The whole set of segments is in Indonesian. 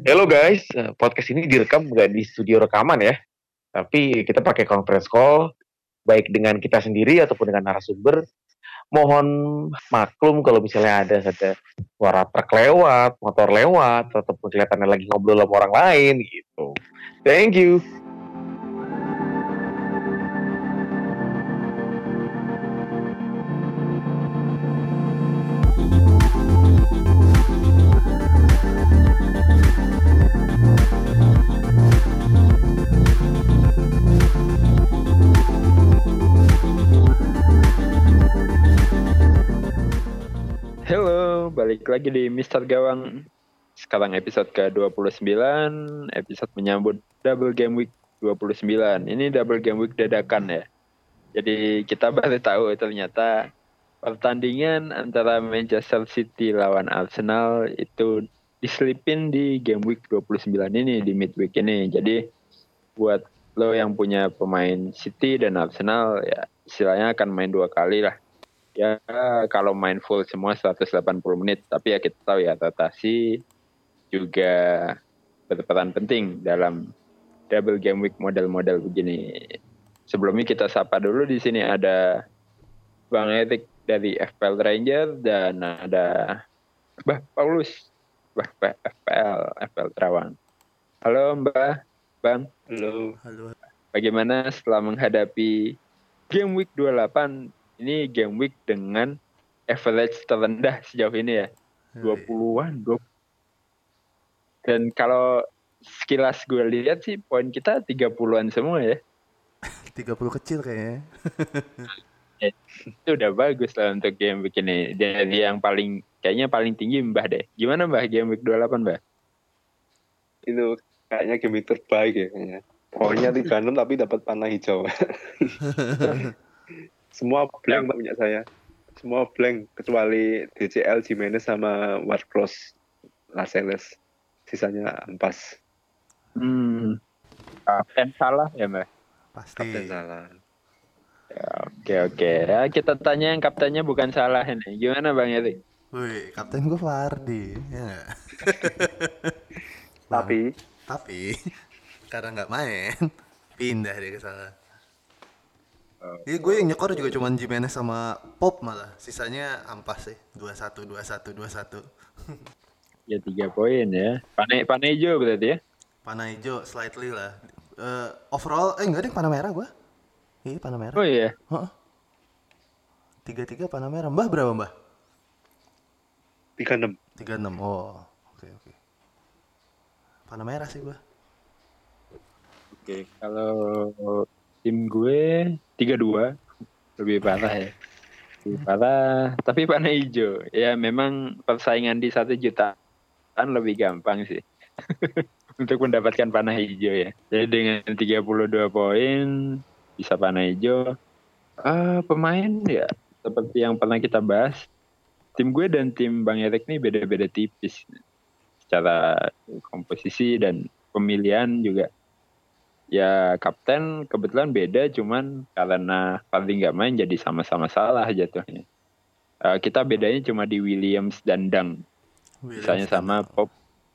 Hello guys, podcast ini direkam nggak di studio rekaman ya, tapi kita pakai conference call, baik dengan kita sendiri ataupun dengan narasumber. Mohon maklum kalau misalnya ada suara truk lewat, motor lewat, ataupun kelihatannya lagi ngobrol sama orang lain gitu. Thank you. Halo, balik lagi di Mister Gawang. Sekarang episode ke-29, episode menyambut Double Game Week 29. Ini Double Game Week dadakan ya. Jadi kita baru tahu ternyata pertandingan antara Manchester City lawan Arsenal itu diselipin di Game Week 29 ini, di midweek ini. Jadi buat lo yang punya pemain City dan Arsenal, ya istilahnya akan main 2 kali lah. Ya kalau main full semua 180 menit, tapi ya kita tahu ya rotasi juga berperan penting dalam double game week model-model begini. Sebelumnya kita sapa dulu, di sini ada Bang Erik dari FPL Ranger dan ada Mbah Paulus, FPL Terawang. Halo Mbah, Bang. Halo. Bagaimana setelah menghadapi game week 28? Ini game week dengan average terendah sejauh ini ya. 20-an. Dan kalau sekilas gue lihat sih poin kita 30-an semua ya. 30 kecil kayaknya. Ya, itu udah bagus lah untuk game week ini. Jadi yang kayaknya paling tinggi Mbah deh. Gimana Mbah game week 28 Mbah? Itu kayaknya game week terbaik ya kayaknya. Poinnya 36 tapi dapat panah hijau. Semua blank punya saya. Semua blank kecuali DCL, Jimenez sama Ward-Prowse, Lascelles. Sisanya ampas. Kapten salah ya Mbah? Pasti. Kapten salah. Ya, oke. Ya, kita tanya yang kaptennya bukan salah ini. Gimana Bang Erik? Wih, kapten gue Vardy. Ya. Tapi karena nggak main, pindah dia ke sana. Iya, gue yang nyekor juga cuma Jimenez sama Pop malah. Sisanya ampas sih. 2-1. Ya 3 poin ya. Panah hijau berarti ya? Panah hijau slightly lah. Overall, enggak deh, panah merah gue. Iya, panah merah. Oh iya. 3-3 panah merah. Mbah berapa Mbah? 36. 36. Oh, oke. Panah merah sih gue. Oke, kalau tim gue 3-2, lebih parah ya. Lebih parah, tapi panah hijau. Ya memang persaingan di 1 jutaan lebih gampang sih. Untuk mendapatkan panah hijau ya. Jadi dengan 32 poin bisa panah hijau. Pemain ya seperti yang pernah kita bahas, tim gue dan tim Bang Erik nih beda-beda tipis. Secara komposisi dan pemilihan juga. Ya kapten kebetulan beda, cuman karena Fadli nggak main jadi sama-sama salah jatuhnya. Kita bedanya cuma di Williams dan Dang. Misalnya sama Pop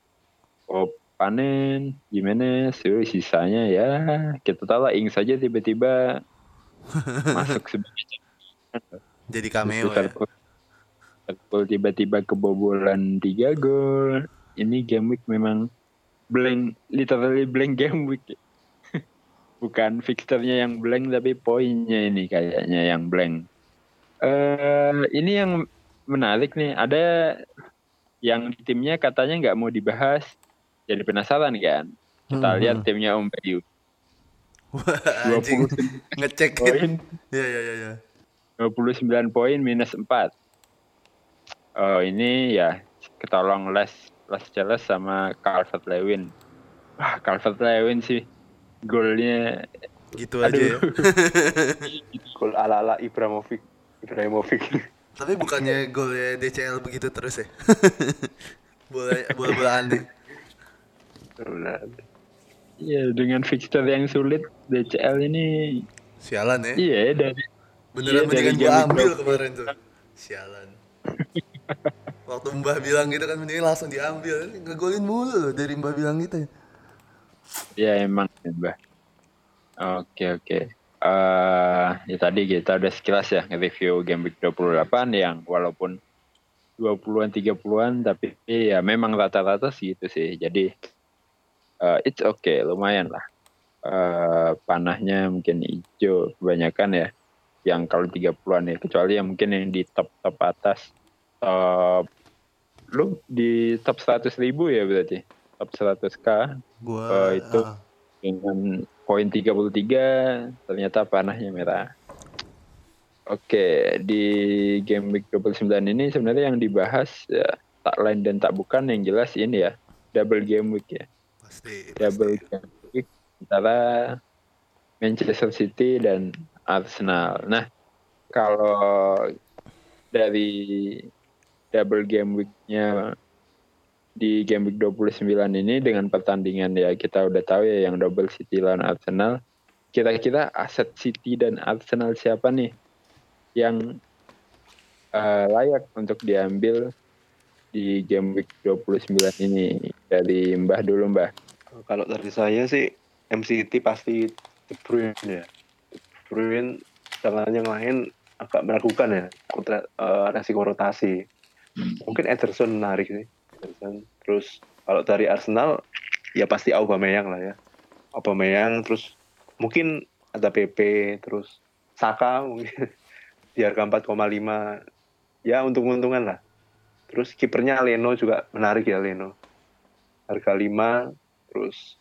panen, Jimenez, sisanya ya kita tahu lah, Ings saja tiba-tiba masuk sebagai jadi cameo ya. Liverpool tiba-tiba kebobolan 3 gol. Ini game week memang blank, literally blank game week. Bukan fixturnya yang blank, tapi poinnya ini kayaknya yang blank. Ini yang menarik nih, ada yang timnya katanya nggak mau dibahas. Jadi penasaran kan? Kita lihat timnya Om Bayu. Wah, anjing. Ngecek poin. Ya. 29 poin minus 4. Oh, ini ya ketolong Lascelles sama Calvert-Lewin. Wah, Calvert-Lewin sih golnya gitu aja ya. Gol ala-ala Ibrahimovic. Tapi bukannya golnya DCL begitu terus ya? bola aneh. Benar. Iya, dengan fixture yang sulit DCL ini sialan ya. Iya, dari beneran mendingan gua ambil kemarin tuh. Sialan. Waktu Mbah bilang gitu kan mending langsung diambil. Ngegolin mulu loh dari Mbah bilang gitu. Ya emang ya, Mbak. Oke. Ya tadi kita udah sekilas ya nge-review Game Week 28 yang walaupun 20-an 30-an tapi ya memang rata-rata segitu sih. Jadi it's okay, lumayan lah. Panahnya mungkin hijau kebanyakan ya. Yang kalau 30-an ya, kecuali yang mungkin yang di top atas. Lu di top 100.000 ya berarti. Top 100k Gua itu dengan poin 33 ternyata panahnya merah. Oke, di game week 29 ini sebenarnya yang dibahas ya, tak lain dan tak bukan yang jelas ini ya, double game week ya. pasti. Double game week antara Manchester City dan Arsenal. Nah, kalau dari double game week-nya di game week 29 ini dengan pertandingan ya kita udah tahu ya yang double City lawan Arsenal. Kira-kira aset City dan Arsenal siapa nih yang layak untuk diambil di game week 29 ini? Dari Mbah dulu, Mbah. Kalau dari saya sih MCT pasti De Bruyne ya. De Bruyne dengan yang lain agak meragukan ya resiko rotasi. Mungkin Ederson menarik sih. Ederson. Terus kalau dari Arsenal ya pasti Aubameyang lah ya. Aubameyang terus mungkin ada PP terus Saka mungkin di harga 4,5 ya untung-untungan lah. Terus kipernya Leno juga menarik ya Leno. Harga 5 terus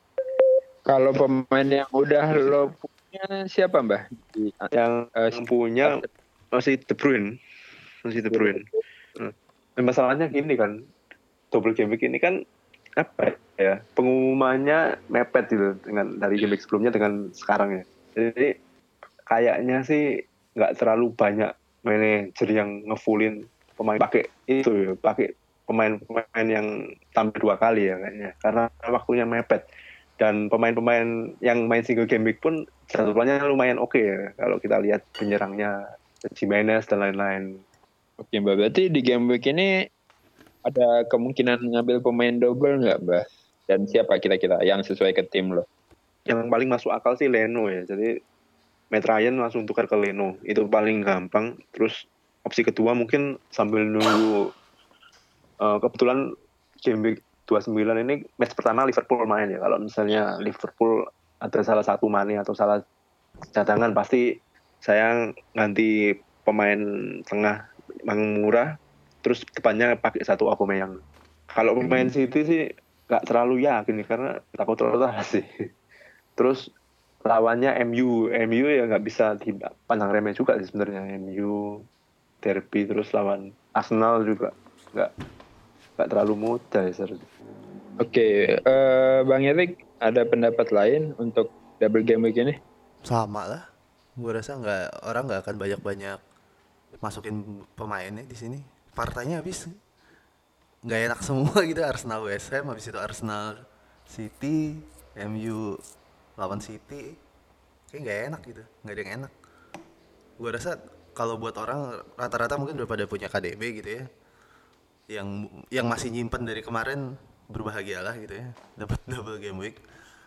Kalau pemain yang udah lo punya siapa, Mbah? yang punya masih De Bruyne. Masih De Bruyne. Masalahnya gini kan, double game week ini kan apa ya, pengumumannya mepet gitu dengan dari game week sebelumnya dengan sekarang ya. Jadi kayaknya sih nggak terlalu banyak manajer yang ngefullin pemain pakai itu ya, pakai pemain-pemain yang tampil 2 kali ya kayaknya, karena waktunya mepet. Dan pemain-pemain yang main single game week pun jadwalnya lumayan oke ya, kalau kita lihat penyerangnya Jimenez dan lain-lain. Oke, Mbak. Berarti di game week ini ada kemungkinan ngambil pemain double nggak, Mbak? Dan siapa kira-kira yang sesuai ke tim lo? Yang paling masuk akal sih Leno ya. Jadi Matt Ryan langsung tukar ke Leno. Itu paling gampang. Terus opsi kedua mungkin sambil nunggu kebetulan game week 29 ini match pertama Liverpool main ya. Kalau misalnya Liverpool ada salah satu Mane atau salah cadangan, pasti saya ganti pemain tengah yang murah, terus depannya pakai satu Aubameyang. Kalau pemain City sih nggak terlalu yakin karena takut rotasi. Terus lawannya MU ya nggak bisa dipandang remeh juga sih sebenarnya. MU derby, terus lawan Arsenal juga nggak terlalu mudah ya seharusnya. Oke, Bang Erik ada pendapat lain untuk double game week ini? Sama lah. Gue rasa orang nggak akan banyak masukin pemainnya di sini. Partainya habis nggak enak semua gitu. Arsenal West Ham, habis itu Arsenal City, MU lawan City. Kayak nggak enak gitu, nggak ada yang enak. Gue rasa kalau buat orang rata-rata mungkin udah pada punya KDB gitu ya. Yang masih nyimpen dari kemarin berbahagialah gitu ya, dapat double game week.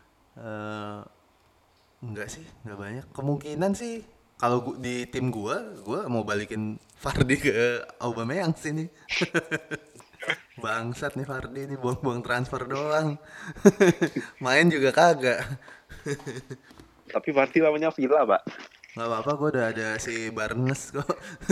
Enggak sih, enggak banyak. Kemungkinan sih kalau di tim gua mau balikin Vardy ke Aubameyang sini. Bangsat nih Vardy nih, buang-buang transfer doang. Main juga kagak. Tapi Vardy lawannya Villa, Pak. Nggak apa-apa, gue udah ada si Barnes kok.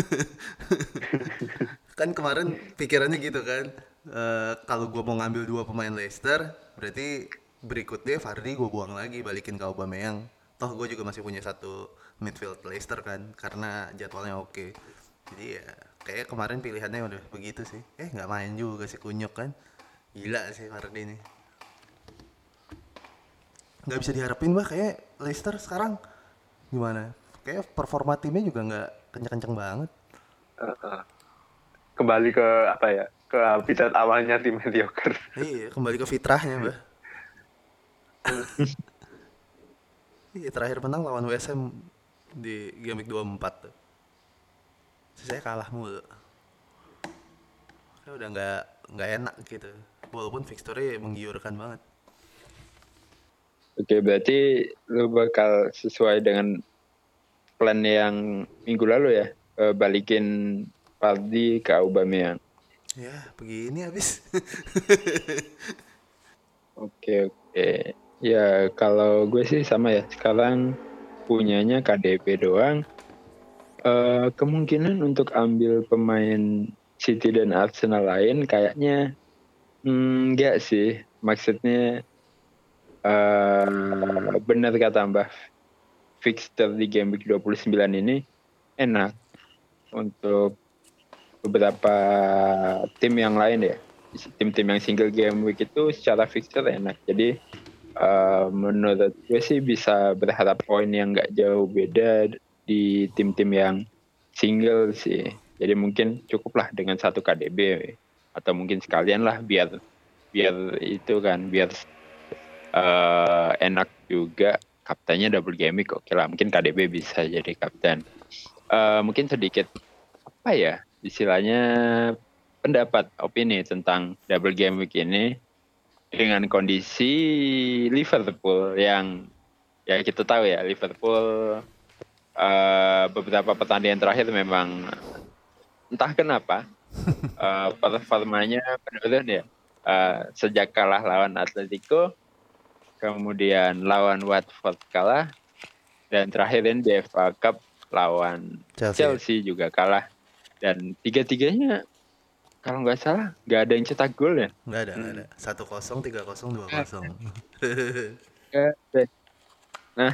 Kan kemarin pikirannya gitu kan. Kalau gue mau ngambil 2 pemain Leicester, berarti berikutnya Vardy gue buang lagi, balikin ke Aubameyang. Toh gue juga masih punya 1 midfield Leicester kan, karena jadwalnya oke. Jadi ya kayak kemarin pilihannya udah begitu sih. Nggak main juga si Kunyuk kan. Gila sih Vardy nih. Nggak bisa diharapin bah, kayak Leicester sekarang gimana? Kayak performa timnya juga nggak kenceng-kenceng banget. Kembali ke apa ya? Ke habitat awalnya tim mediocre. Iya, kembali ke fitrahnya, Mbak. Iya, terakhir menang lawan West Ham di game week 24 tuh. Sisanya kalah mulu. udah nggak enak gitu. Walaupun fixture-nya menggiurkan banget. Oke, berarti lu bakal sesuai dengan plan yang minggu lalu ya, balikin Vardy ke Aubameyang. Ya, begini habis. Oke. Ya kalau gue sih sama ya. Sekarang punyanya KDB doang. Kemungkinan untuk ambil pemain City dan Arsenal lain kayaknya enggak sih. Maksudnya benar kata Mbak, fixture di game week 29 ini enak untuk beberapa tim yang lain ya. Tim-tim yang single game week itu secara fixture enak. Jadi menurut gue sih bisa berharap poin yang nggak jauh beda di tim-tim yang single sih. Jadi mungkin cukuplah dengan 1 KDB atau mungkin sekalian lah biar itu kan biar enak juga. Kaptennya double game week, oke lah, mungkin KDB bisa jadi kapten. Mungkin sedikit apa ya istilahnya pendapat opini tentang double game week ini dengan kondisi Liverpool yang ya kita tahu ya Liverpool beberapa pertandingan terakhir memang entah kenapa performanya menurun ya. Sejak kalah lawan Atletico, kemudian lawan Watford kalah, dan terakhir ini di FA Cup lawan Chelsea juga kalah. Dan tiga-tiganya kalau nggak salah nggak ada yang cetak gol ya. Nggak ada. 1-0, 3-0, 2-0. Nah,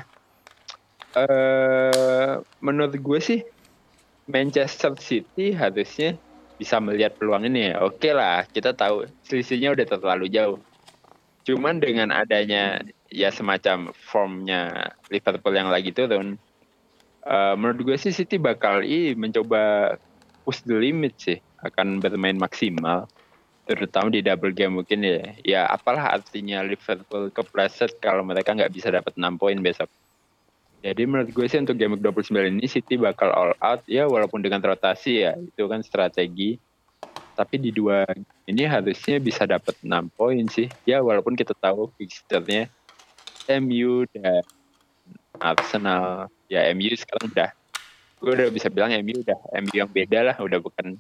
menurut gue sih Manchester City harusnya bisa melihat peluang ini ya. Oke lah, kita tahu selisihnya udah terlalu jauh. Cuman dengan adanya ya semacam formnya Liverpool yang lagi turun, menurut gue sih City bakal mencoba push the limit sih, akan bermain maksimal, terutama di double game mungkin ya. Ya apalah artinya Liverpool kepleset kalau mereka nggak bisa dapat 6 poin besok. Jadi menurut gue sih untuk game 29 ini City bakal all out ya, walaupun dengan rotasi ya, itu kan strategi. Tapi di 2 ini harusnya bisa dapat 6 poin sih. Ya walaupun kita tahu fixture-nya MU dan Arsenal. Ya MU sekarang gue udah bisa bilang MU yang beda lah, udah bukan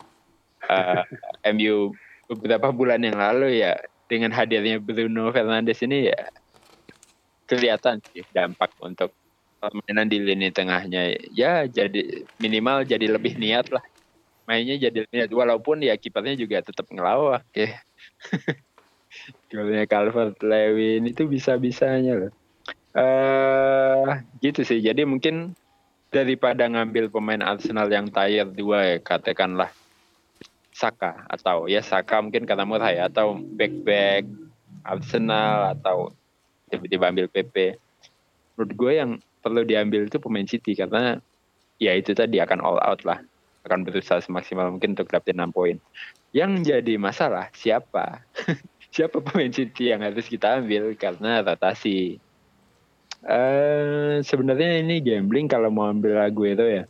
MU beberapa bulan yang lalu ya. Dengan hadirnya Bruno Fernandes ini ya kelihatan sih dampak untuk permainan di lini tengahnya. Ya jadi minimal jadi lebih niat lah. Mainnya jadi niat, walaupun ya kipernya juga tetap ngelawak ya. Golnya Calvert-Lewin itu bisa-bisanya loh. Gitu sih. Jadi mungkin daripada ngambil pemain Arsenal yang tier 2 ya, katakanlah Saka, atau ya Saka mungkin kata murah ya, atau back Arsenal, atau tiba-tiba ambil PP. Menurut gue yang perlu diambil itu pemain City, karena ya itu tadi akan all out lah, akan berusaha semaksimal mungkin untuk dapetin 6 poin. Yang jadi masalah siapa pemain City yang harus kita ambil karena rotasi. Sebenarnya ini gambling kalau mau ambil Aguero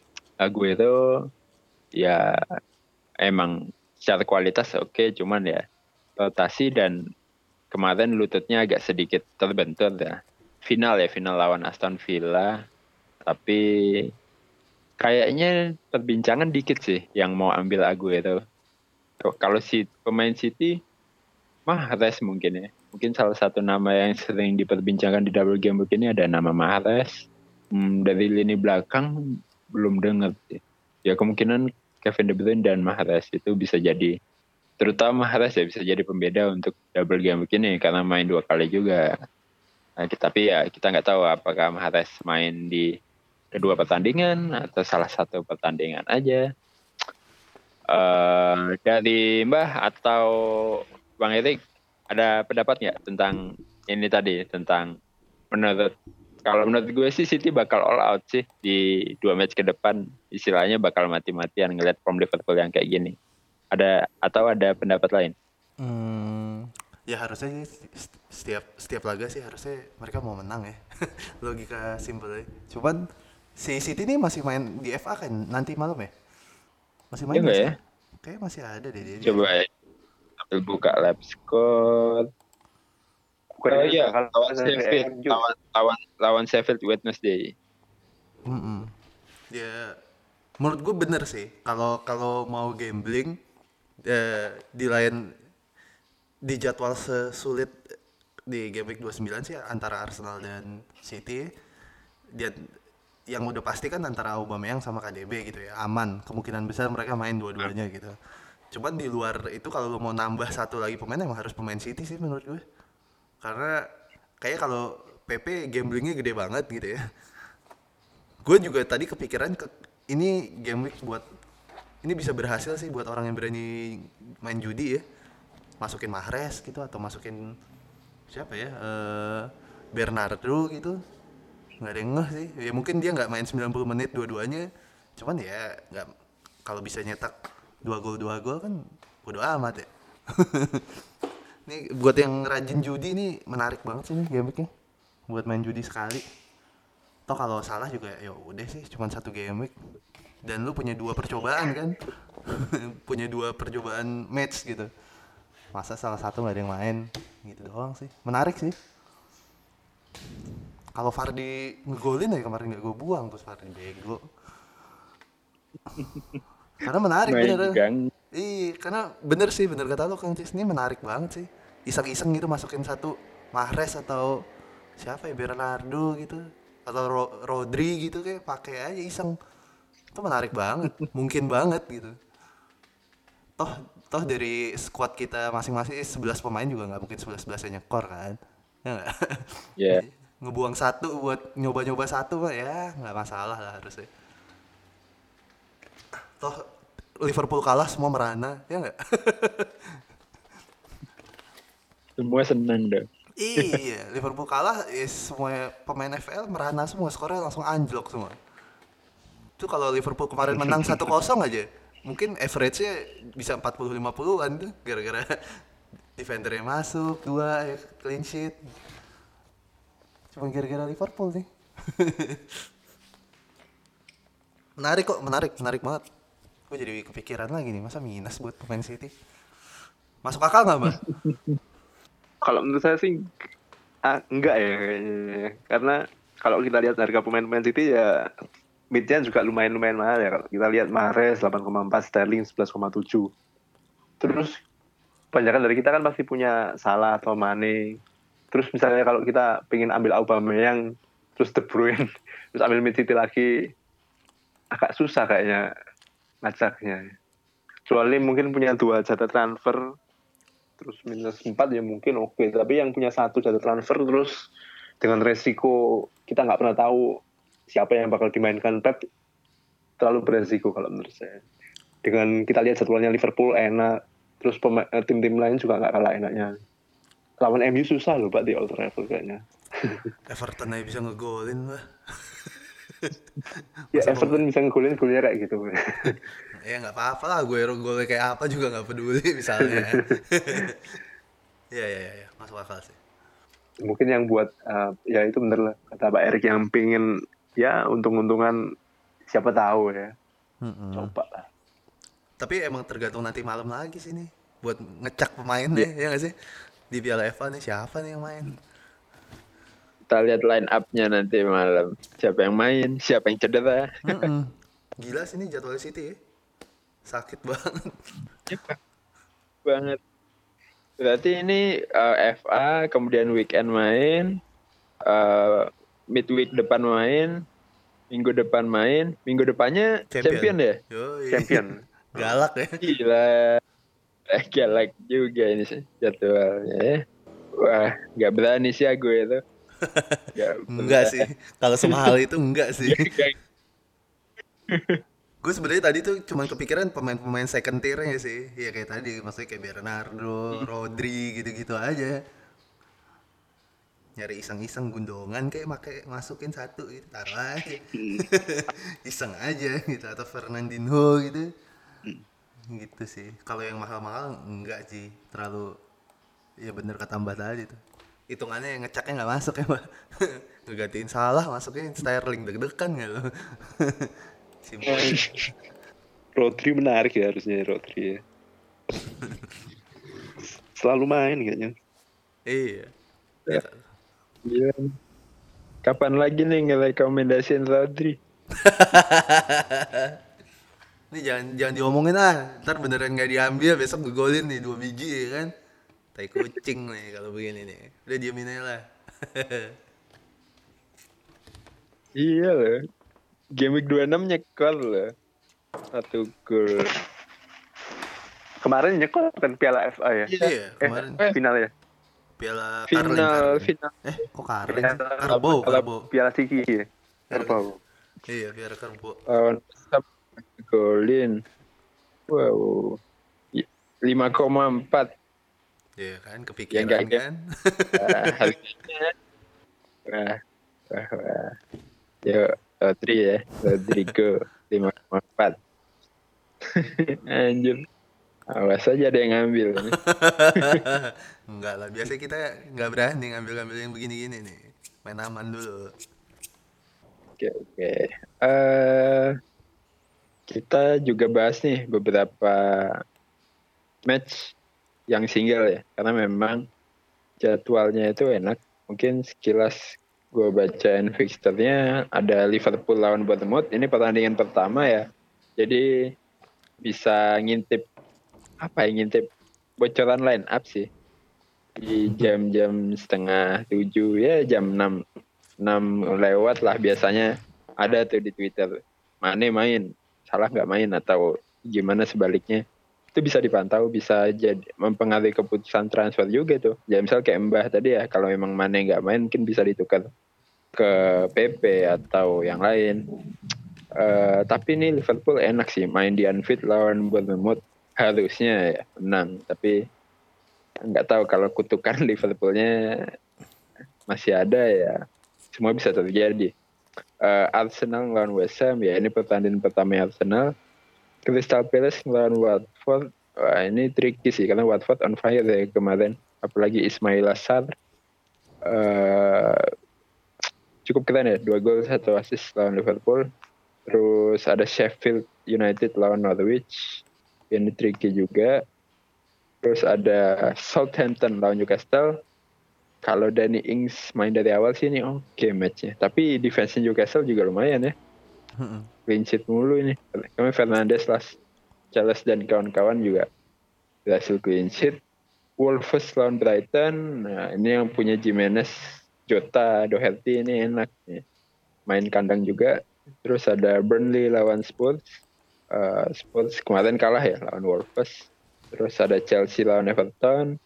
ya emang secara kualitas oke, cuman ya rotasi dan kemarin lututnya agak sedikit terbentur ya. Final lawan Aston Villa, tapi kayaknya perbincangan dikit sih yang mau ambil Aguero. Kalau si pemain City Mahrez mungkin ya. Mungkin salah satu nama yang sering diperbincangkan di double game week ini ada nama Mahrez. Dari lini belakang belum dengar sih. Ya kemungkinan Kevin De Bruyne dan Mahrez itu bisa jadi, terutama Mahrez ya, bisa jadi pembeda untuk double game week ini karena main 2 kali juga. Nah, tapi ya kita nggak tahu apakah Mahrez main di kedua pertandingan atau salah satu pertandingan aja. Dari Mbah atau Bang Erik, ada pendapat nggak tentang ini tadi, tentang kalau menurut gue sih City bakal all out sih di 2 match ke depan, istilahnya bakal mati-matian ngeliat form Liverpool yang kayak gini. Ada pendapat lain? Ya harusnya setiap laga sih harusnya mereka mau menang ya. Logika simpel. Cuman si City ini masih main di FA kan nanti malam ya? Masih main ya? Kayak masih ada deh dia. Coba ya, sambil buka lab score. Oh iya, lawan Sheffield, lawan Sheffield Wednesday. Ya, menurut gue bener sih. Kalau mau gambling di jadwal sesulit di Game Week 29 sih antara Arsenal dan City. Dia yang udah pasti kan antara Aubameyang sama KDB gitu ya, aman, kemungkinan besar mereka main dua-duanya gitu. Cuman di luar itu kalau lo mau nambah satu lagi pemain emang harus pemain City sih menurut gue, karena kayak kalau PP gamblingnya gede banget gitu ya. Gue juga tadi kepikiran ini game week ini bisa berhasil sih buat orang yang berani main judi ya, masukin Mahrez gitu atau masukin siapa ya, Bernardo gitu. Nggak ada yang ngeh sih ya, mungkin dia nggak main 90 menit dua-duanya, cuman ya nggak, kalau bisa nyetak 2 gol kan bodo amat ya. Ini buat yang rajin judi ini menarik banget sih nih game week-nya buat main judi sekali. Toh kalau salah juga ya udah sih, cuman 1 game week dan lu punya 2 percobaan kan. Punya 2 percobaan match gitu, masa salah satu nggak ada yang main gitu doang sih. Menarik sih. Kalau Vardy ngegolin ya kemarin nggak gue buang, terus Vardy bego. Karena menarik bener. Iya, karena bener sih, bener kata lo Kang Cis, ini menarik banget sih. Iseng-iseng gitu masukin satu Mahrez atau siapa ya, Bernardo gitu atau Rodri gitu, kayak pakai aja iseng. Itu menarik banget, mungkin banget gitu. Toh dari squad kita masing-masing 11 pemain juga nggak mungkin 11-11 nyekor kan. Ya nggak? Yeah. Ngebuang satu buat nyoba-nyoba satu mah ya nggak masalah lah harusnya. Toh Liverpool kalah semua merana, ya nggak? Semua senang dong. Iya, Liverpool kalah, semua pemain FPL merana semua, skornya langsung anjlok semua. Itu kalau Liverpool kemarin menang 1-0 aja, mungkin average-nya bisa 40-50an tuh, gara-gara defendernya masuk 2 ya, clean sheet. Cuma gara-gara Liverpool nih. Menarik banget. Gue jadi kepikiran lagi nih, masa minus buat pemain City? Masuk akal nggak, Mbak? Kalau menurut saya sih enggak ya kayaknya. Karena kalau kita lihat harga pemain-pemain City ya midnya juga lumayan mahal ya. Kalau kita lihat Mahrez 8,4, Sterling 11,7. Terus kebanyakan dari kita kan pasti punya Salah atau Mane. Terus misalnya kalau kita pengen ambil Aubameyang terus De Bruyne terus ambil mid City lagi, agak susah kayaknya ngacaknya. Kecuali mungkin punya 2 jatah transfer terus minus 4 ya mungkin oke. Tapi yang punya 1 jatah transfer terus dengan resiko kita nggak pernah tahu siapa yang bakal dimainkan Pep, terlalu beresiko kalau menurut saya. Dengan kita lihat jadwalnya Liverpool enak, terus tim-tim lain juga nggak kalah enaknya. Lawan MU susah loh Pak di Old Trafford kayaknya. Everton aja bisa ngegolin lah. Ya Everton bisa ngegolin golnya kayak gitu. Ya nggak apa-apa lah, gue golnya kayak apa juga nggak peduli misalnya. Ya, masuk akal sih. Mungkin yang buat ya itu bener lah kata Pak Erik, yang pengen ya untung-untungan siapa tahu ya. Coba lah. Tapi emang tergantung nanti malam lagi sih nih buat ngecak pemain deh, ya nggak sih? Di Piala FA nih siapa nih yang main? Kita lihat line up-nya nanti malam. Siapa yang main, siapa yang cedera. Gila sih nih jadwal City ya. Sakit banget. Berarti ini FA, kemudian weekend main, midweek depan main, minggu depan main, minggu depannya champion ya? Yoi. Champion. Galak ya. Gila. Galak juga ini sih jadwalnya. Wah, nggak berani sih aku itu. Enggak sih. Kalau semahal itu enggak sih. Gue sebenarnya tadi tuh cuma kepikiran pemain-pemain second tier-nya sih. Ya kayak tadi, maksudnya kayak Bernardo, Rodri gitu-gitu aja. Nyari iseng-iseng Gundongan kayak masukin 1 gitu, taruh aja. Iseng aja gitu, atau Fernandinho gitu. Gitu sih. Kalau yang mahal-mahal enggak sih, terlalu ya bener kata Mbak tadi tuh. Hitungannya yang ngecaknya nggak masuk ya Mbak. Ngegantiin Salah, masukin Sterling, deg-degan nggak lo? Rodri menarik ya harusnya Rodri ya. Selalu main kayaknya. Iya. Ya. Iya. Kapan lagi nih ngerekomendasiin Rodri? Ini jangan diomongin ah. Ntar beneran nggak diambil, besok ngegolin nih 2 biji ya kan. Tai kucing nih kalau begini nih. Udah diemin aja lah. Iya loh. Game week 26 nyekol loh. 1 gol. Kemarin nyekol kan Piala FA ya. Iya, kemarin Final ya. Piala Final. kok Carling sih? Karbo. Piala Siki ya. Karbo. Iya, Piala Karbo. Lawan golin. Wow. 5,4. Iya kan, Ya, kepikiran enggak. kan. Harganya. Wah. Yo, Rodri ya. Rodrigo 5,4. Anjir. Awas aja ada yang ngambil. Enggak lah, biasanya kita nggak berani ngambil yang begini-gini nih. Main aman dulu. Oke. Kita juga bahas nih beberapa match yang single ya, karena memang jadwalnya itu enak. Mungkin sekilas gue bacain fixturnya, ada Liverpool lawan Bournemouth. Ini pertandingan pertama ya, jadi bisa ngintip bocoran line up sih di jam-jam 6:30 ya, jam 6 lewat lah biasanya ada tuh di Twitter. Mane main, Salah nggak main atau gimana sebaliknya. Itu bisa dipantau, bisa jadi mempengaruhi keputusan transfer juga tuh. Ya misal kayak Mbah tadi ya, kalau memang Mane nggak main mungkin bisa ditukar ke PP atau yang lain. Tapi ini Liverpool enak sih main di Anfield lawan Bournemouth, harusnya ya menang. Tapi nggak tahu kalau kutukan Liverpoolnya masih ada ya, semua bisa terjadi. Arsenal lawan West Ham ya, ini pertandingan pertama Arsenal. Crystal Palace lawan Watford, wah ini tricky sih karena Watford on fire ya kemarin, apalagi Ismail Assar cukup keren ya, 2 gol 1 assist lawan Liverpool. Terus ada Sheffield United lawan Norwich, ini tricky juga. Terus ada Southampton lawan Newcastle. Kalau Danny Ings main dari awal sih ini oke matchnya. Tapi defense Newcastle juga lumayan ya. Clean sheet mulu ini. Kami Fernandes, Charles dan kawan-kawan juga berhasil clean sheet. Wolves lawan Brighton. Nah ini yang punya Jimenez, Jota, Doherty ini enak nih. Main kandang juga. Terus ada Burnley lawan Spurs. Spurs kemarin kalah ya lawan Wolves. Terus ada Chelsea lawan Everton.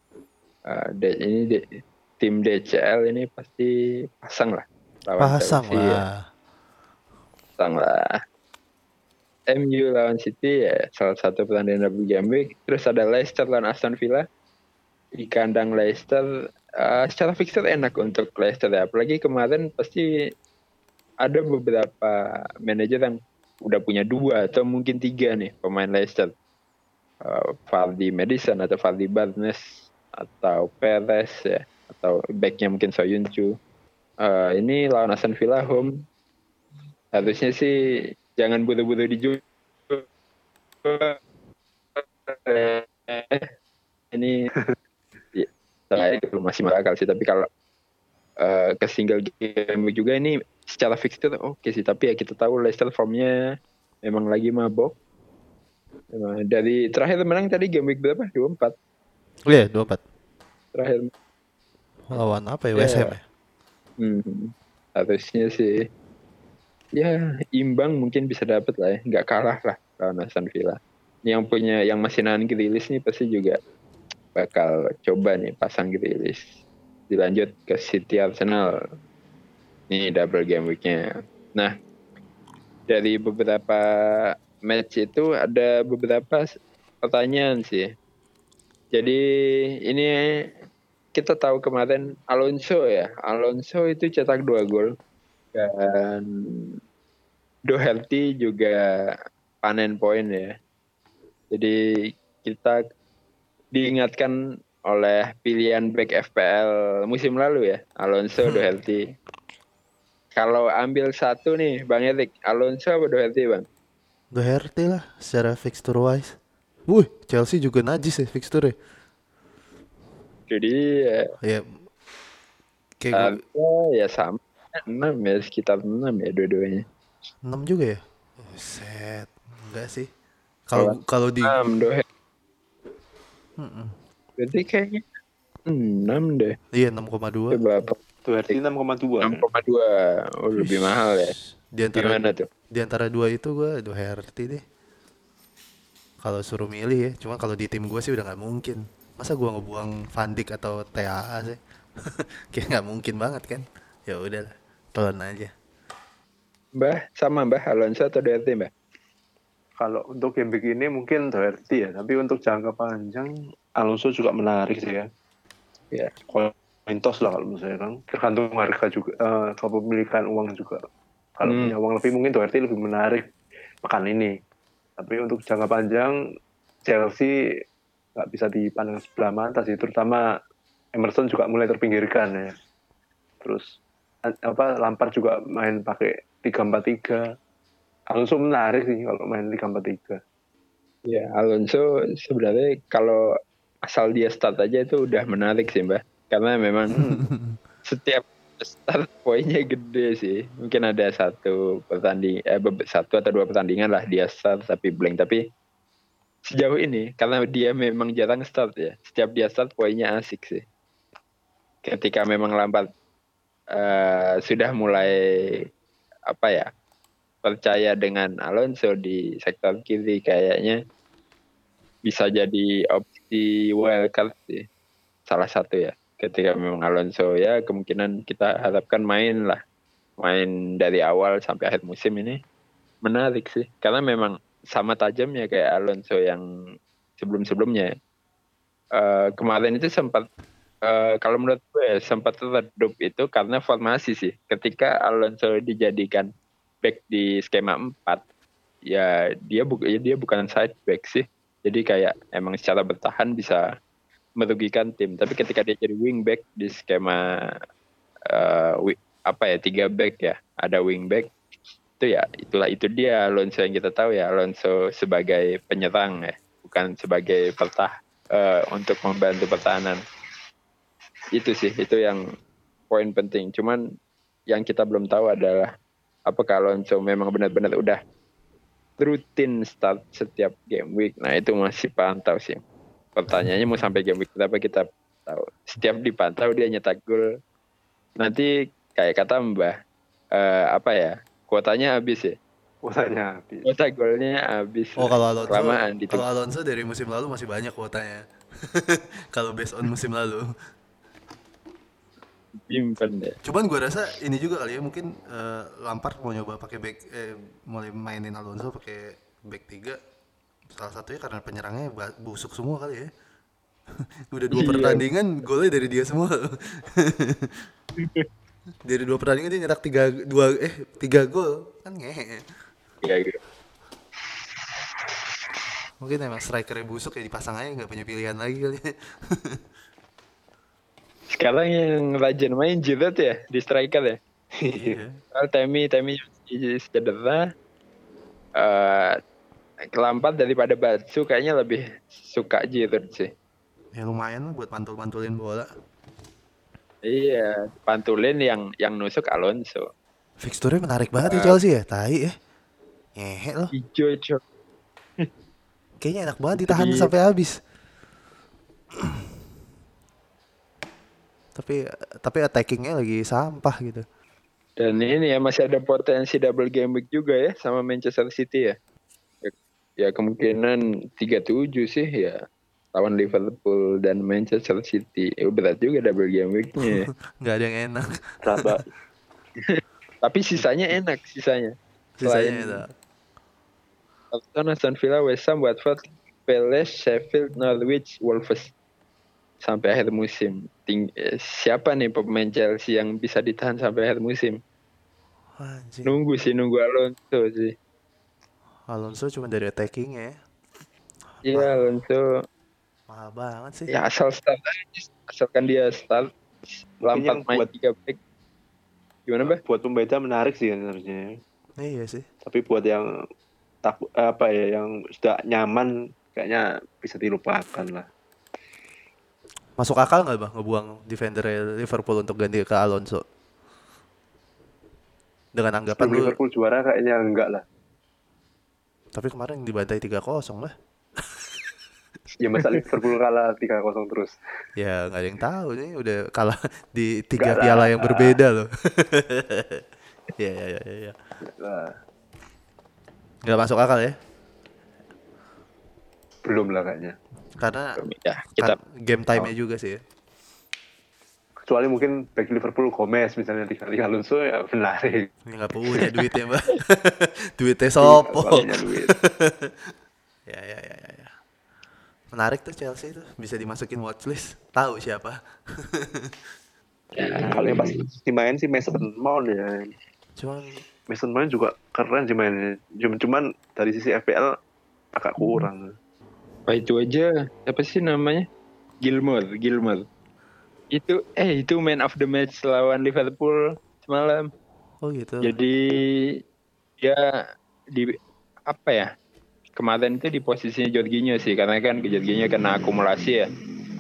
Tim DCL ini pasti pasang lah lawan Chelsea. Pasang lah. MU lawan City ya, salah satu pertandingan double game week. Terus ada Leicester lawan Aston Villa di kandang Leicester. Secara fixture enak untuk Leicester ya, apalagi kemarin pasti ada beberapa manajer yang udah punya 2 atau mungkin 3 nih pemain Leicester. Vardy Madison atau Vardy Barnes atau Perez ya, atau backnya mungkin Soyuncu. Ini lawan Aston Villa home, harusnya sih jangan buru-buru dijual. Ini ya, itu masih bakal sih, tapi kalau ke single game juga ini secara fixture oke sih, tapi ya kita tahu Leicester formnya memang lagi mabok. Dari terakhir menang tadi game week berapa? 24. Iya, 24. Terakhir lawan apa ya? West Ham ya? Harusnya sih ya imbang mungkin bisa dapat lah ya, nggak kalah lah lawan Aston Villa. Yang masih nahan Grealish nih pasti juga bakal coba nih pasang Grealish. Dilanjut ke City Arsenal, ini double game weeknya. Nah dari beberapa match itu ada beberapa pertanyaan sih. Jadi ini kita tahu kemarin Alonso itu cetak 2 gol dan Doherty juga panen poin ya. Jadi kita diingatkan oleh pilihan back FPL musim lalu ya, Alonso, Doherty. Kalau ambil satu nih Bang Erik, Alonso apa Doherty Bang? Doherty lah secara fixture wise. Wih, Chelsea juga najis ya fixture. Jadi Ya kayak gue harusnya ya sama 6 ya, sekitar 6 ya dua-duanya. 6 juga ya. Set, enggak sih. Kalau Kalau kalau di 6 Dohe. Berarti kayaknya 6 deh. iya 6,2 Coba Doherty 6,2. 6,2. Oh, lebih mahal ya. di antara Gimana tuh? di antara dua itu gue Doherty deh. Kalau suruh milih ya, cuma kalau di tim gue sih udah nggak mungkin. Masa gue ngebuang Van Dijk atau TAA sih? Kayak nggak mungkin banget kan? Ya udah, telan aja. Mbah Alonso atau Doherty, Mbah? Kalau untuk game begini mungkin Doherty ya, tapi untuk jangka panjang Alonso juga menarik sih ya. Ya. Coin toss lah kalau menurut saya kan. Tergantung harga juga, kepemilikan uang juga. Kalau punya uang lebih mungkin Doherty lebih menarik pekan ini. Tapi untuk jangka panjang Chelsea nggak bisa dipandang sebelah mata sih, terutama Emerson juga mulai terpinggirkan ya. Terus Lampard juga main pakai 3-4-3. Alonso menarik sih kalau main 3-4-3. Ya, Alonso sebenarnya kalau asal dia start aja itu udah menarik sih, Mbak. Karena memang setiap start poinnya gede sih. Mungkin ada satu atau dua pertandingan lah dia start tapi blank. Tapi sejauh ini karena dia memang jarang start ya. Setiap dia start poinnya asik sih. Ketika memang Lampard sudah mulai percaya dengan Alonso di sektor kiri, kayaknya bisa jadi opsi wildcard sih, salah satu ya. Ketika memang Alonso ya kemungkinan kita harapkan main dari awal sampai akhir musim ini menarik sih, karena memang sama tajamnya kayak Alonso yang sebelum-sebelumnya. Kemarin itu sempat kalau menurut gue sempat redup itu karena formasi sih. Ketika Alonso dijadikan back di skema 4, ya dia bukan side back sih. Jadi kayak emang secara bertahan bisa merugikan tim. Tapi ketika dia jadi wing back di skema 3 back ya, ada wing back, itu dia Alonso yang kita tahu ya, Alonso sebagai penyerang ya, bukan sebagai untuk membantu pertahanan. Itu yang poin penting. Cuman yang kita belum tahu adalah apakah Alonso memang benar-benar udah rutin start setiap game week. Nah, itu masih pantau sih. Pertanyaannya mau sampai game week berapa kita tahu. Setiap dipantau dia nyetak gol. Nanti kayak kata Mbah, kuotanya habis ya. Kuotanya habis. Kuota golnya habis. Oh, kalau Alonso dari musim lalu masih banyak kuotanya. Kalau based on musim lalu. Simpen deh. Cuman gue rasa ini juga kali ya, mungkin Lampard mau nyoba pakai mulai mainin Alonso pakai back 3. Salah satunya karena penyerangnya busuk semua kali ya. Udah 2 pertandingan golnya dari dia semua. Dari 2 pertandingan dia nyetak 3 gol. Kan ngehe. Iya gitu. Mungkin emang strikernya busuk ya, dipasang aja, gak punya pilihan lagi kali ya. Sekarang yang rajin main Giroud ya di striker ya. Iya. Temi cedera. Lampard daripada Batsu kayaknya lebih suka Giroud sih. Ya lumayan lah buat mantul-mantulin bola. Iya, pantulin yang nusuk Alonso. Fixturenya menarik banget ya Chelsea ya, tai ya. Ngehe loh. Hijau. Kayaknya enak banget ditahan sampai habis. tapi attackingnya lagi sampah gitu. Dan ini ya masih ada potensi double game week juga ya sama Manchester City ya. Ya kemungkinan 3-7 sih ya. Lawan Liverpool dan Manchester City. Berat juga double game week-nya. Nggak ada yang enak. Tapi sisanya enak sisanya. Sisanya enak. Aston Villa, West Ham, Watford, Palace, Sheffield, Norwich, Wolves. Sampai akhir musim. Siapa nih pemain Chelsea yang bisa ditahan sampai akhir musim? Anjing. Nunggu Alonso sih. Alonso cuma dari attackingnya ya. Iya, Alonso mahal banget sih. ya asal start aja. Asalkan dia start. Lampard main 3 back. Gimana, Mbak? Buat pembaca menarik sih kan harusnya. Iya sih. Tapi buat yang apa ya yang sudah nyaman kayaknya bisa dilupakan lah. Masuk akal nggak bang ngebuang defender Liverpool untuk ganti ke Alonso? Dengan anggapan Sebelum lu, Liverpool juara kayaknya enggak lah. tapi kemarin dibantai 3-0 lah. Ya masa Liverpool kalah 3-0 terus. Ya nggak ada yang tahu nih, udah kalah di 3 Enggak piala lah. yang berbeda loh. Ya. Nah, Nggak masuk akal ya? belum lah kayaknya. Karena Ya, kita game time-nya juga sih ya. Kecuali mungkin back Liverpool Gomez misalnya diganti Alonso ya menarik. Ini nggak punya duitnya mbak. Duitnya sopo. Palingnya duit. Ya. Menarik tuh Chelsea tuh, bisa dimasukin watchlist. Tahu siapa? Kalau yang pasti dimain sih Mason Mount ya. Cuman Mason Mount juga keren sih mainnya. Cuman dari sisi FPL agak kurang. itu aja apa sih namanya? Gilmore. Itu man of the match lawan Liverpool semalam. oh gitu. Jadi dia di apa ya? Kemarin itu di posisinya Jorginho sih, karena kan Jorginho kena akumulasi ya.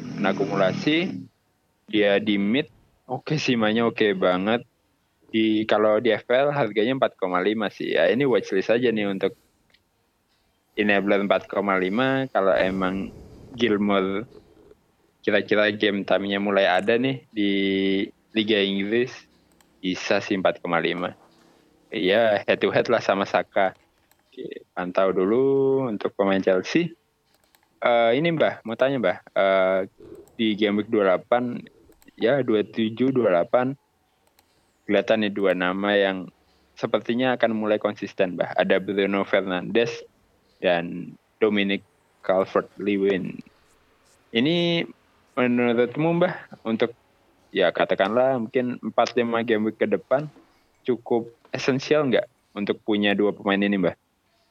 Dia di mid, oke sih mainnya oke banget. Kalau di FPL harganya 4,5 sih. Ya ini watchlist aja nih untuk enabler 4,5. Kalau emang Gilmore kira-kira game time-nya mulai ada nih di Liga Inggris, bisa sih 4,5. Ya head to head lah sama Saka. Oke, pantau dulu untuk pemain Chelsea. Ini Mbah, mau tanya Mbah, di game week 28 ya 27 28 kelihatan nih dua nama yang sepertinya akan mulai konsisten Mbah. Ada Bruno Fernandes dan Dominic Calvert-Lewin. Ini menurutmu Mbah untuk ya katakanlah mungkin 4-5 game week ke depan cukup esensial nggak untuk punya dua pemain ini Mbah?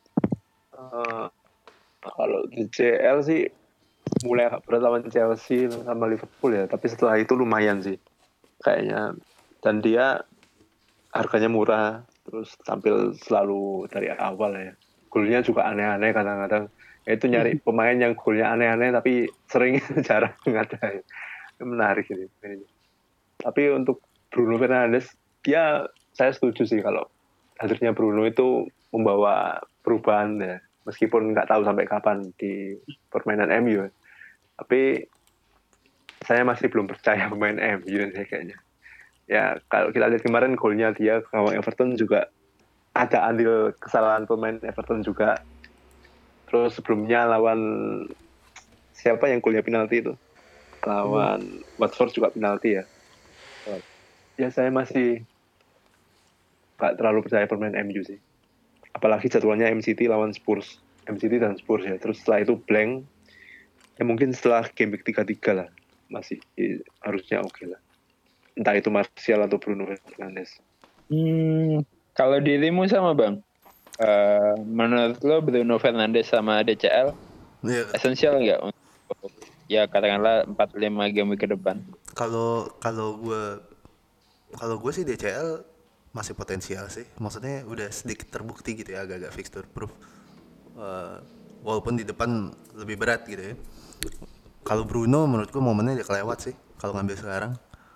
Kalau di CL sih mulai agak berat lawan Chelsea sama Liverpool ya, tapi setelah itu lumayan sih kayaknya. Dan dia harganya murah, terus tampil selalu dari awal ya. Golnya juga aneh-aneh kadang-kadang. Ya, itu nyari pemain yang golnya aneh-aneh tapi sering jarang ada. Menarik ini. Tapi untuk Bruno Fernandes, saya setuju sih kalau hadirnya Bruno itu membawa perubahan ya. Meskipun nggak tahu sampai kapan di permainan MU. Tapi saya masih belum percaya pemain MU sih kayaknya. Ya kalau kita lihat kemarin golnya dia ke gawang Everton juga ada andil kesalahan pemain Everton juga. Terus sebelumnya lawan siapa yang golnya penalti itu? Lawan Watford juga penalti ya. Ya saya masih nggak terlalu percaya pemain MU sih. Apalagi jadwalnya MCT lawan Spurs. MCT dan Spurs ya. Terus setelah itu blank. Ya mungkin setelah game week 33 lah. Masih harusnya oke lah. Entah itu Martial atau Bruno Fernandes. Kalau dirimu sama Bang, menurut lo Bruno Fernandes sama DCL esensial nggak untuk ya katakanlah 4-5 game week ke depan? Kalau gue sih DCL masih potensial sih. Maksudnya udah sedikit terbukti gitu ya, agak-agak fixture proof. Walaupun di depan lebih berat gitu ya. Kalau Bruno menurut gue momennya udah kelewat sih kalau ngambil sekarang.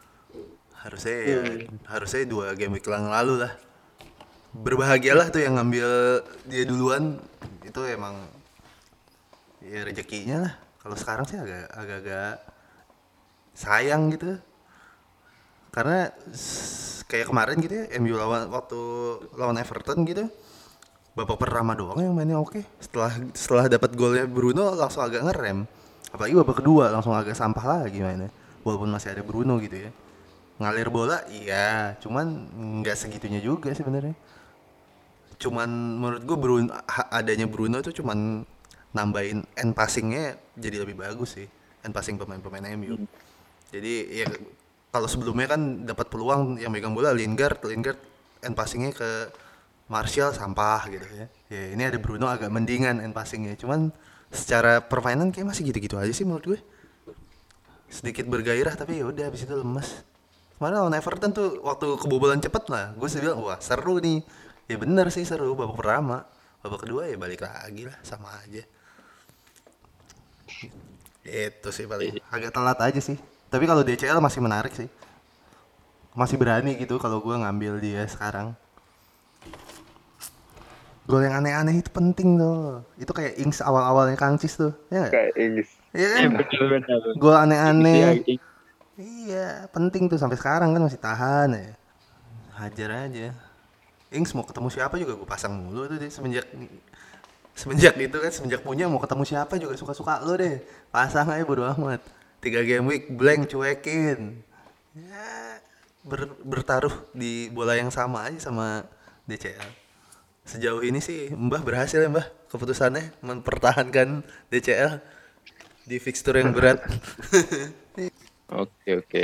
Harusnya 2 game week yang lalu lah. Berbahagialah tuh yang ngambil dia duluan, itu emang ya rezekinya lah. Kalau sekarang sih agak-agak sayang gitu. Karena kayak kemarin gitu ya, MU waktu lawan Everton gitu, babak pertama doang yang mainnya oke. Setelah dapat golnya Bruno langsung agak ngerem. Apalagi babak kedua langsung agak sampah lagi mainnya. Walaupun masih ada Bruno gitu ya. Ngalir bola iya, cuman nggak segitunya juga sebenarnya. Cuman menurut gue adanya Bruno itu cuman nambahin end passingnya jadi lebih bagus sih, end passing pemain-pemain MU. Jadi ya kalau sebelumnya kan dapat peluang yang megang bola Lingard end passingnya ke Martial sampah gitu ya. Ya ini ada Bruno agak mendingan end passingnya, cuman secara permainan kayak masih gitu-gitu aja sih menurut gue. Sedikit bergairah tapi ya udah habis itu lemes. Kemarin lawan Everton tuh waktu kebobolan cepet lah, gue sih bilang wah seru nih. Ya bener sih seru babak pertama. babak kedua ya balik lagi lah, sama aja. Itu sih paling agak telat aja sih. Tapi kalau DCL masih menarik sih, masih berani gitu kalau gue ngambil dia sekarang. Gol yang aneh-aneh itu penting tuh. Itu kayak Ings awal-awalnya Kang Cis tuh, ya nggak? Kayak Inggris. Iya kan? Benar-benar. Gol aneh-aneh. Isi- Iya, penting tuh sampai sekarang kan masih tahan ya. Hajar aja. Ings mau ketemu siapa juga gue pasang mulu tuh deh semenjak semenjak itu kan, semenjak punya mau ketemu siapa juga suka-suka lo deh. Pasang aja bodo amat. 3 game week blank cuekin. Ya, bertaruh di bola yang sama aja sama DCL. Sejauh ini sih Mbah berhasil ya Mbah keputusannya mempertahankan DCL di fixture yang berat. Oke.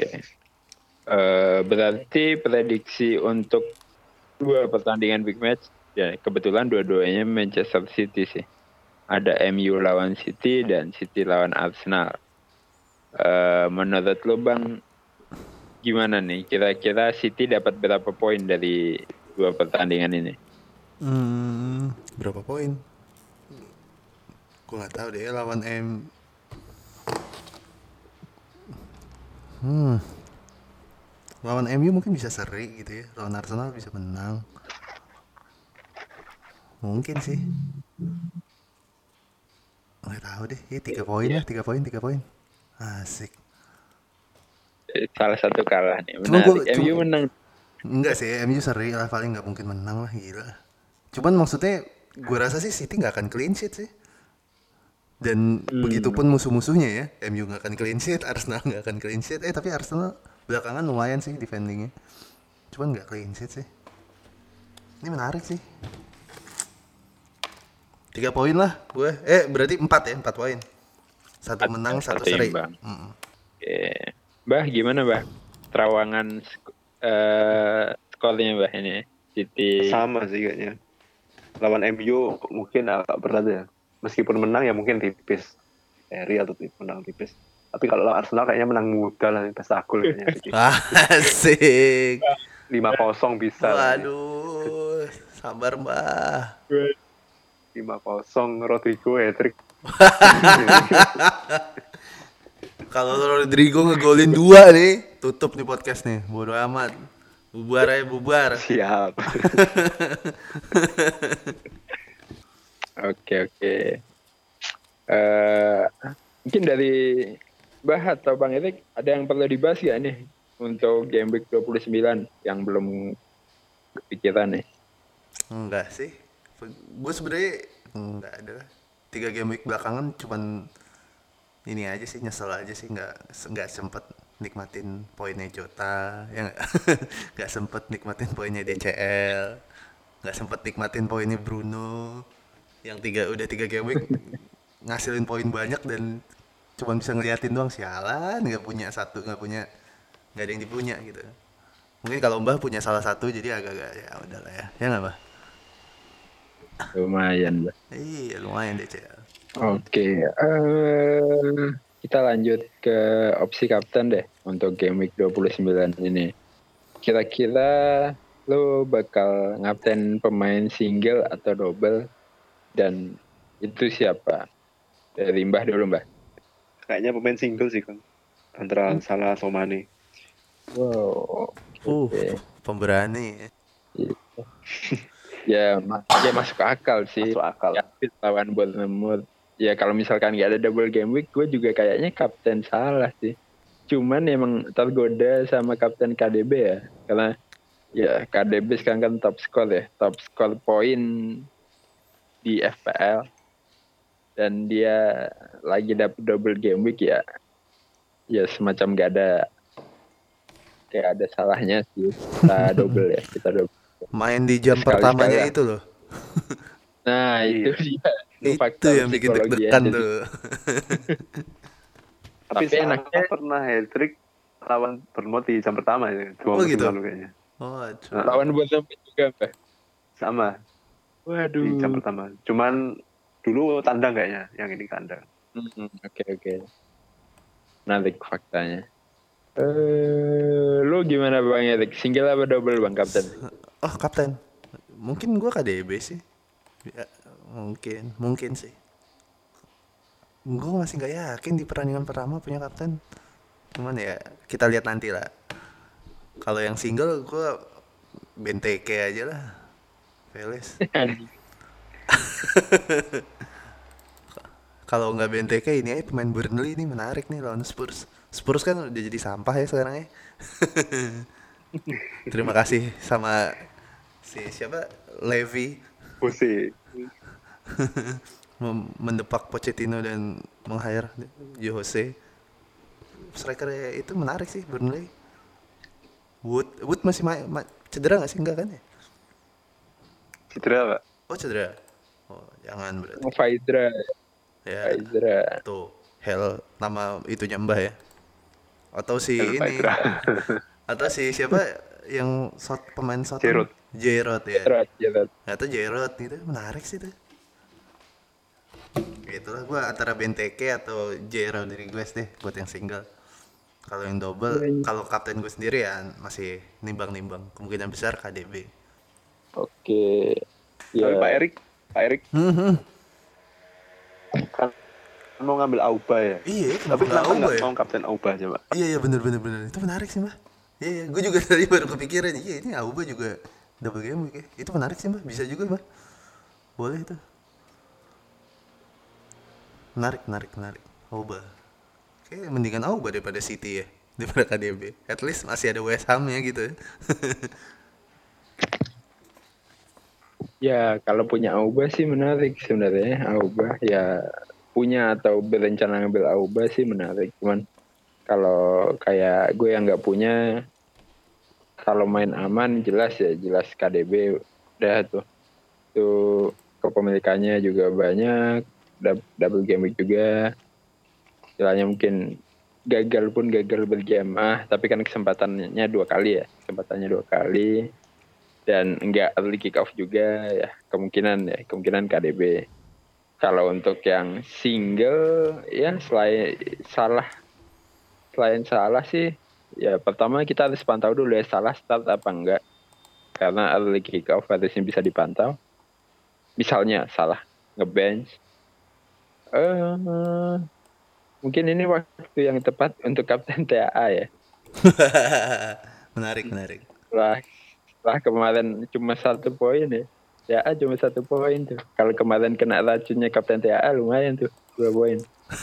Berarti prediksi untuk 2 pertandingan big match, ya kebetulan dua-duanya Manchester City sih. Ada MU lawan City dan City lawan Arsenal. Menurut lo Bang, gimana nih? Kira-kira City dapat berapa poin dari 2 pertandingan ini? Berapa poin? Gue nggak tahu deh lawan lawan MU mungkin bisa seri gitu ya. Lawan Arsenal bisa menang. Mungkin sih. Nggak tahu deh. 3 poin lah, 3 poin. Asik. Salah satu kalah nih. Cuma Menarik. MU menang. Enggak sih, MU seri lah, paling nggak mungkin menang lah, gila. Cuman maksudnya gue rasa sih City nggak akan clean sheet sih. Dan begitupun musuh-musuhnya ya, MU nggak akan clean sheet, Arsenal nggak akan clean sheet. Tapi Arsenal belakangan lumayan sih defendingnya. Cuman nggak clean sheet sih. Ini menarik sih. 3 poin lah gue. Berarti 4 ya, 4 poin. 1 menang, 1 seri. Oke. Bah, gimana Bah? Terawangan skornya Bah ini City. Sama sih kayaknya. Lawan MU mungkin agak berat ya. Meskipun menang ya mungkin tipis. Seri atau menang tipis. Tapi kalau lawan Arsenal kayaknya menang mudah lah, pesta gol kayaknya. Asik. 5-0 bisa. Waduh, sabar Mbah. 5-0 Rodrigo hat-trick. Kalau Rodrigo ngegolin 2 nih, tutup nih podcast nih. Bodo amat. Bubar aja, bubar. Siap. Oke. Mungkin dari Bah atau Bang Erik ada yang perlu dibahas gak nih untuk game week 29 yang belum kepikiran nih? Enggak sih. Gue sebenarnya enggak ada. 3 game week belakangan cuman ini aja sih, nyesel aja sih nggak sempet nikmatin poinnya Jota, ya nggak sempet nikmatin poinnya DCL, nggak sempet nikmatin poinnya Bruno, yang 3 game week ngasilin poin banyak dan cuma bisa ngeliatin doang, sialan, nggak ada yang dipunya gitu. Mungkin kalau Mbah punya salah satu jadi agak-agak ya udahlah ya nggak Mbah? Lumayan Bah. Iya lumayan DCL. Oke, kita lanjut ke opsi kapten deh untuk game week 29 ini. Kira-kira lo bakal ngapten pemain single atau double, dan itu siapa? Dari Mbah dulu Mbah. Kayaknya pemain single sih kan. Antara Salah atau Mane. Wow. Oke. Pemberani. Ya masuk akal sih. Masuk akal. Ya, lawan Bournemouth. Ya kalau misalkan nggak ada double game week, gue juga kayaknya kapten Salah sih. Cuman emang tergoda sama kapten KDB ya. Karena ya KDB sekarang kan top score poin di FPL. Dan dia lagi dapet double game week ya. Ya semacam nggak ada salahnya sih. Kita double. Main di jam pertamanya itu loh. Nah itu dia. Itu yang bikin deg-degan tuh. Tapi enaknya pernah hat-trick lawan Bournemouth di jam pertama ya. 2 musim lalu kayaknya. Lawan Bournemouth juga Pak? Sama. Waduh. Di jam pertama. Cuman dulu tandang kayaknya, yang ini kandang. Oke. Menarik faktanya. Lu gimana Bang Erik? Single apa double Bang Kapten? Oh kapten. Mungkin gue KDB sih. Mungkin sih. Gue masih nggak yakin di pertandingan pertama punya kapten. Cuman ya kita lihat nanti lah. Kalau yang single gue Benteke aja lah. Veles. Kalau nggak Benteke ini aja pemain Burnley ini menarik nih lawan Spurs. Spurs kan udah jadi sampah ya sekarang ya. Terima kasih sama si siapa Levy Jose. mendepak Pochettino dan meng-hire Jose. Striker itu menarik sih Burnley. Wood masih cedera nggak sih? Enggak kan ya? Cedera Pak. Oh cedera. Oh jangan berarti. Faidra. Ya tuh Hell nama itunya Mbah ya. Atau si Hell ini Faidra. atau si siapa yang pemain Giroud. Giroud ya. Gerard. Atau Giroud gitu menarik sih tuh. Itulah gue antara Benteke atau Giroud dari gue deh buat yang single. Kalau yang double, kalau kapten gue sendiri ya masih nimbang-nimbang. Kemungkinan besar KDB. Oke. Tapi Ya. Pak Erik kan mau ngambil Auba ya. Iya, Tapi kenapa Auba nggak ya? mau kapten Auba aja Pak? Iya bener. Itu menarik sih Mbak. Iya, gue juga tadi baru kepikiran. Iya ini Auba juga double game week ya. Itu menarik sih Mbak. Bisa juga Mbak. Boleh itu. Menarik. Auba. Kayak mendingan Auba daripada City ya. Daripada KDB. At least masih ada West Ham ya gitu ya. Ya, kalau punya Auba sih menarik sebenarnya. Auba ya punya atau berencana ngambil Auba sih menarik. Cuman kalau kayak gue yang nggak punya, kalau main aman jelas KDB udah tuh. Tuh kepemilikannya juga banyak, double game week juga. Istilahnya mungkin gagal berjamaah, tapi kan kesempatannya 2 kali ya. Dan enggak early kick off juga ya, kemungkinan KDB. Kalau untuk yang single ya selain salah sih ya, pertama kita harus pantau dulu ya salah start apa enggak, karena early kick off harusnya bisa dipantau. Misalnya salah ngebench, mungkin ini waktu yang tepat untuk kapten TAA ya. Menarik. Lah kemarin cuma 1 poin ya. TAA cuma 1 poin tuh. Kalau kemarin kena racunnya kapten TAA lumayan tuh 2 poin.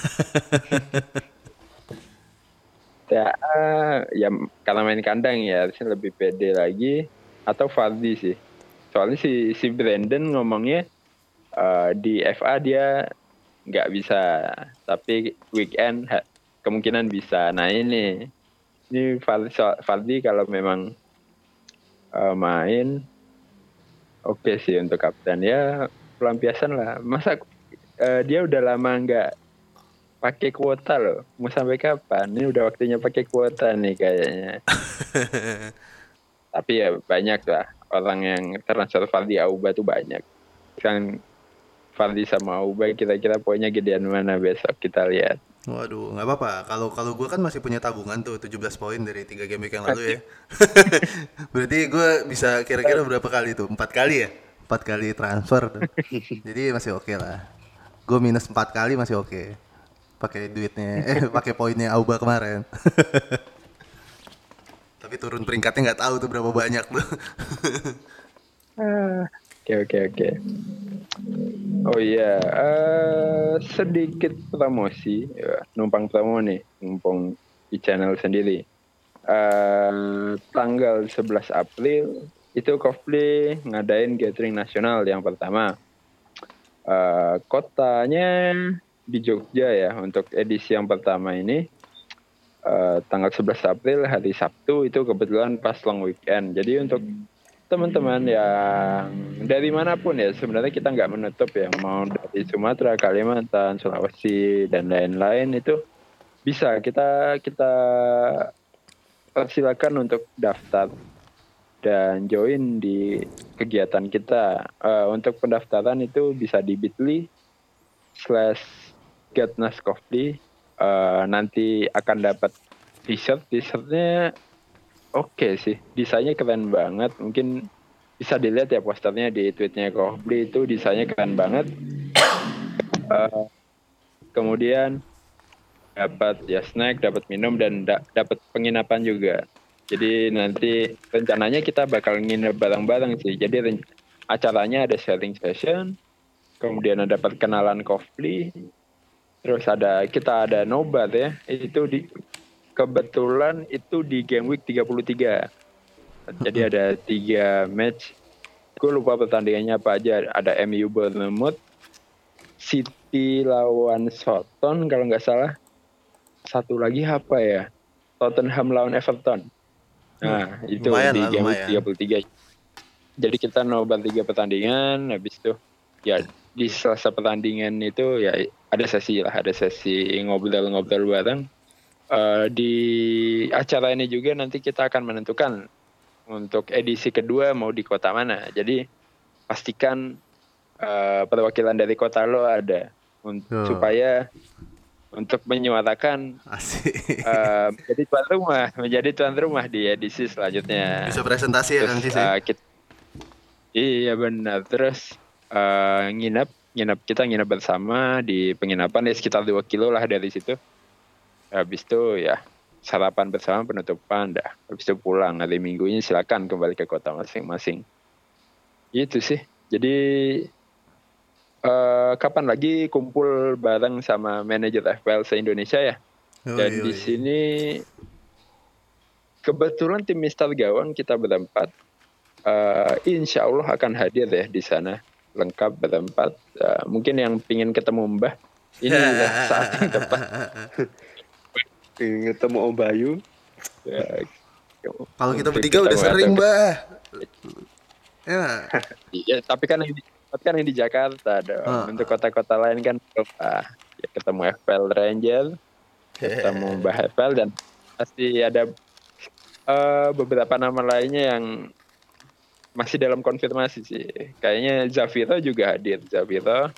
TAA ya karena main kandang ya harusnya lebih pede lagi, atau Vardy sih. Soalnya si Brandon ngomongnya di FA dia nggak bisa, tapi weekend kemungkinan bisa. Nah ini Vardy kalau memang main oke sih untuk kapten ya, pelampiasan lah. Masa dia udah lama nggak pakai kuota loh, mau sampai kapan? Ini udah waktunya pakai kuota nih kayaknya. Tapi ya banyak lah orang yang transfer Vardy Auba tuh banyak. Kan Vardy sama Auba kira-kira poinnya gedean mana besok kita lihat. Waduh, nggak apa-apa. Kalau gue kan masih punya tabungan tuh 17 poin dari 3 game week yang lalu ya. Berarti gue bisa kira-kira berapa kali tuh? 4 kali ya? 4 kali transfer tuh. Jadi masih oke lah. Gue minus 4 kali masih oke. Pakai duitnya, pakai poinnya Auba kemarin. Tapi turun peringkatnya nggak tahu tuh berapa banyak tuh. Oke. Oh iya, sedikit promosi, ya, numpang promo nih, numpang di channel sendiri. Tanggal 11 April itu Coldplay ngadain gathering nasional yang pertama. Kotanya di Jogja ya untuk edisi yang pertama ini. Tanggal 11 April hari Sabtu itu kebetulan pas long weekend. Jadi untuk teman-teman yang dari manapun ya, sebenarnya kita nggak menutup ya, mau dari Sumatera, Kalimantan, Sulawesi dan lain-lain itu bisa kita persilakan untuk daftar dan join di kegiatan kita. Untuk pendaftaran itu bisa di bit.ly/gatnaskofli. Nanti akan dapat t-shirtnya oke sih, desainnya keren banget. Mungkin bisa dilihat ya posternya di tweetnya Kohli itu desainnya keren banget. Kemudian dapat ya snack, dapat minum dan dapat penginapan juga. Jadi nanti rencananya kita bakal nginep bareng-bareng sih. Jadi acaranya ada sharing session, kemudian ada perkenalan Kohli, terus kita ada nobar ya. Itu kebetulan itu di game week 33. Jadi ada 3 match. Gue lupa pertandingannya apa aja. Ada MU Bournemouth, City lawan Southampton kalau nggak salah. Satu lagi apa ya? Tottenham lawan Everton. Nah, itu lumayan di lah, game week lumayan. 33. Jadi kita nobar 3 pertandingan, habis itu ya di selasa pertandingan itu ya ada sesi ngobrol-ngobrol bareng. Di acara ini juga nanti kita akan menentukan untuk edisi kedua mau di kota mana. Jadi pastikan perwakilan dari kota lo ada supaya untuk menyuarakan Asik. menjadi tuan rumah di edisi selanjutnya. Bisa presentasi ya Kang Cis ya? Iya benar. Terus kita nginep bersama di penginapan ya sekitar 2 kilo lah dari situ. Habis itu ya sarapan bersama, penutupan dah. Habis itu pulang hari Minggunya silakan kembali ke kota masing-masing. Itu sih. Jadi kapan lagi kumpul bareng sama manajer FPL se-Indonesia ya? Dan di sini kebetulan tim Mister Gawang kita berempat, insya Allah akan hadir ya di sana lengkap berempat. Mungkin yang pingin ketemu Mbah, ini saat yang tepat. Pingin ketemu Om Bayu. Ya, kalau kita bertiga udah sering Mbah. Ya, tapi kan yang di Jakarta dong. Untuk kota-kota lain kan ya, ketemu FPL Ranger, ketemu Mbah FPL, dan pasti ada beberapa nama lainnya yang masih dalam konfirmasi sih. Kayaknya Zafiro juga hadir. Zafiro.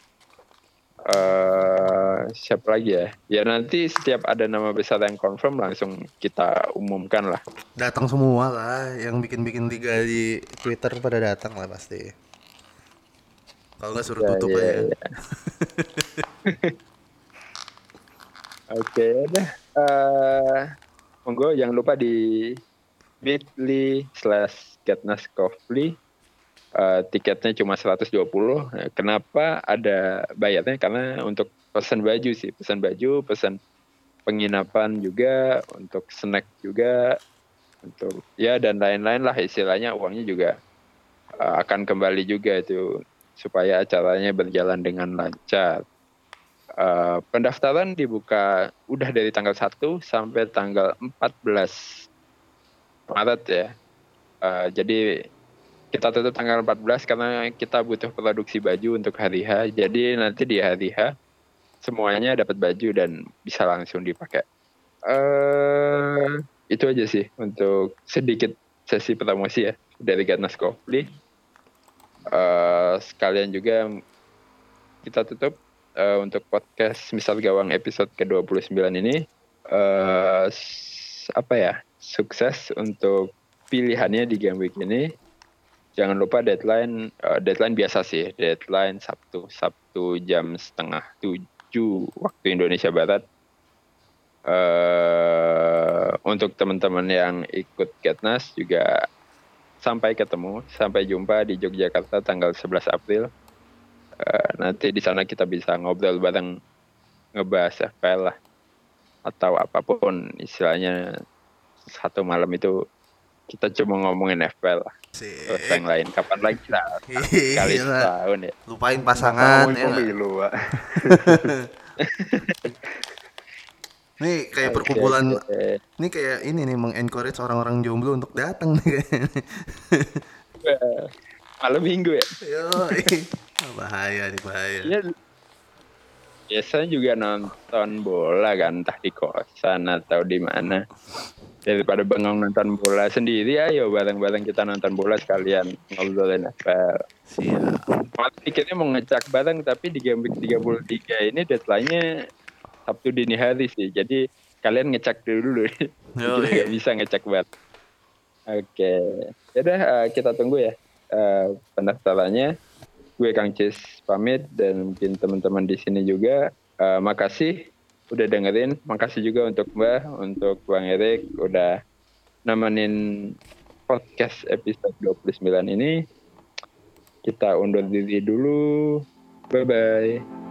Siapa lagi ya? Ya nanti setiap ada nama besar yang confirm langsung kita umumkan lah. Datang semua lah, yang bikin liga di Twitter pada datang lah pasti. Kalau nggak suruh tutup aja. Ya. Oke, dah. Monggo jangan lupa di bit.ly/getnaskofli. Tiketnya cuma 120. Kenapa ada bayarnya? Karena untuk pesan baju sih, pesan penginapan juga, untuk snack juga, untuk ya dan lain-lain lah istilahnya, uangnya juga akan kembali juga itu supaya acaranya berjalan dengan lancar. Pendaftaran dibuka udah dari tanggal 1 sampai tanggal 14 Maret ya. Jadi kita tutup tanggal 14 karena kita butuh produksi baju untuk hari H. Jadi nanti di hari H semuanya dapat baju dan bisa langsung dipakai. Itu aja sih untuk sedikit sesi promosi ya dari Gatnas Kopli. Sekalian juga kita tutup untuk podcast Mister Gawang episode ke-29 ini. Sukses untuk pilihannya di game week ini. Jangan lupa deadline biasa sih, deadline Sabtu jam 6:30 waktu Indonesia Barat. Untuk teman-teman yang ikut Getnas juga sampai jumpa di Yogyakarta tanggal 11 April. Nanti di sana kita bisa ngobrol bareng, ngebahas FPL lah atau apapun istilahnya. Satu malam itu kita cuma ngomongin FPL lah. Terus yang lain kapan lagi lah, kali setahun ya. Lupain pasangan ya. Pemilu, Pak. Nih kayak perkumpulan, ini kayak ini nih mengencourage orang-orang jomblo untuk datang nih kayaknya. Malam minggu ya. Bahaya. Ya, biasanya juga nonton bola kan, entah di kosan atau di mana. Daripada bengong nonton bola sendiri, ayo bareng-bareng kita nonton bola sekalian ngobrolin FPL. Siap. Pikirnya mau ngecek bareng, tapi di game week 33 ini deadline-nya Sabtu dini hari sih. Jadi kalian ngecek dulu. Kita nggak bisa ngecek bareng. Oke. Yaudah, kita tunggu ya. pendaftarannya. Gue Kang Cis pamit dan mungkin teman-teman di sini juga. Makasih udah dengerin. Makasih juga untuk Mbak, untuk Bang Erik udah nemenin podcast episode 29 ini. Kita undur diri dulu. Bye-bye.